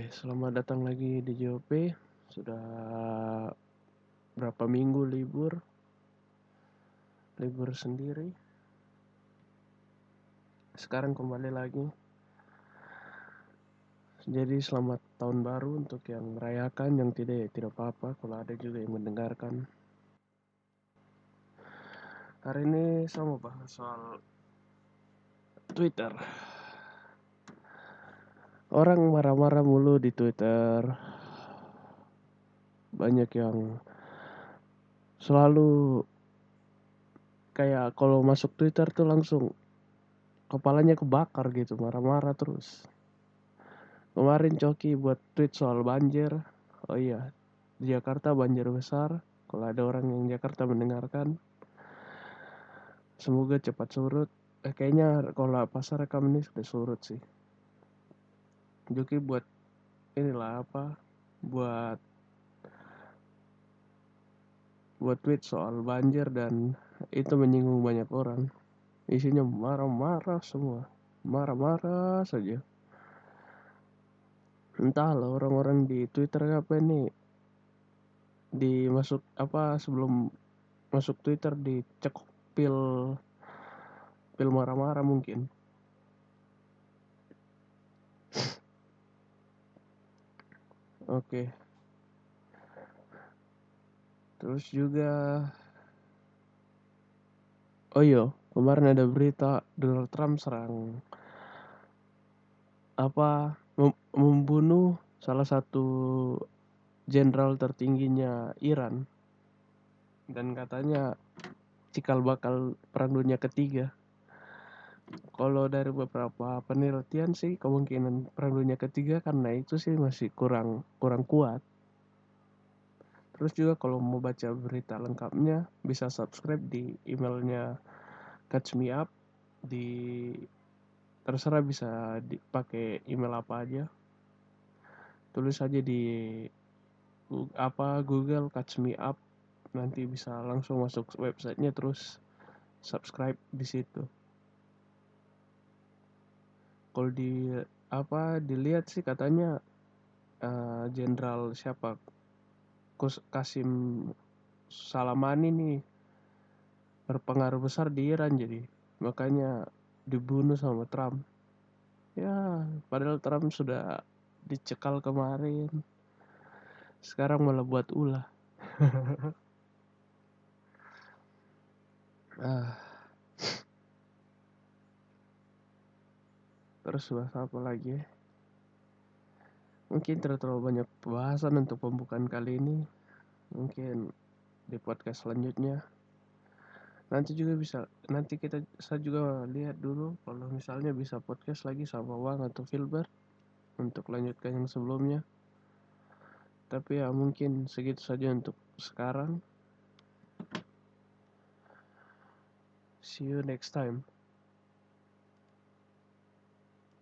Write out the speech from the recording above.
Selamat datang lagi di JOP. Sudah berapa minggu libur sendiri. Sekarang kembali lagi. Jadi selamat tahun baru untuk yang merayakan, yang tidak apa-apa kalau ada juga yang mendengarkan. Hari ini saya mau bahas soal Twitter. Orang marah-marah mulu di Twitter. Banyak yang selalu kayak kalau masuk Twitter tuh langsung kepalanya kebakar gitu, marah-marah terus. Kemarin Coki buat tweet soal banjir. Oh iya, di Jakarta banjir besar. Kalau ada orang yang Jakarta mendengarkan, semoga cepat surut. Kayaknya kalau pas rekam ini sudah surut sih. Joki buat inilah apa? Buat tweet soal banjir dan itu menyinggung banyak orang. Isinya marah-marah semua. Marah-marah saja. Entahlah orang-orang di Twitter apa ini dimasuk apa sebelum masuk Twitter dicek pil marah-marah mungkin. Oke. Terus juga oh iya, kemarin ada berita Donald Trump serang apa membunuh salah satu jenderal tertingginya Iran dan katanya cikal bakal perang dunia ketiga. Kalau dari beberapa penelitian sih kemungkinan perang dunia ketiga karena itu sih masih kurang kuat. Terus juga kalau mau baca berita lengkapnya bisa subscribe di emailnya Catch Me Up di terserah bisa dipakai email apa aja. Tulis aja di Google Catch Me Up, nanti bisa langsung masuk websitenya terus subscribe di situ. Kalau dilihat sih katanya jenderal siapa Qasim Soleimani nih berpengaruh besar di Iran, jadi makanya dibunuh sama Trump. Ya, padahal Trump sudah dicekal kemarin. Sekarang malah buat ulah. Terus bahas apa lagi? Mungkin terlalu banyak pembahasan untuk pembukaan kali ini. Mungkin di podcast selanjutnya. Nanti saya juga lihat dulu kalau misalnya bisa podcast lagi sama Wang atau Filbert untuk lanjutkan yang sebelumnya. Tapi ya mungkin segitu saja untuk sekarang. See you next time.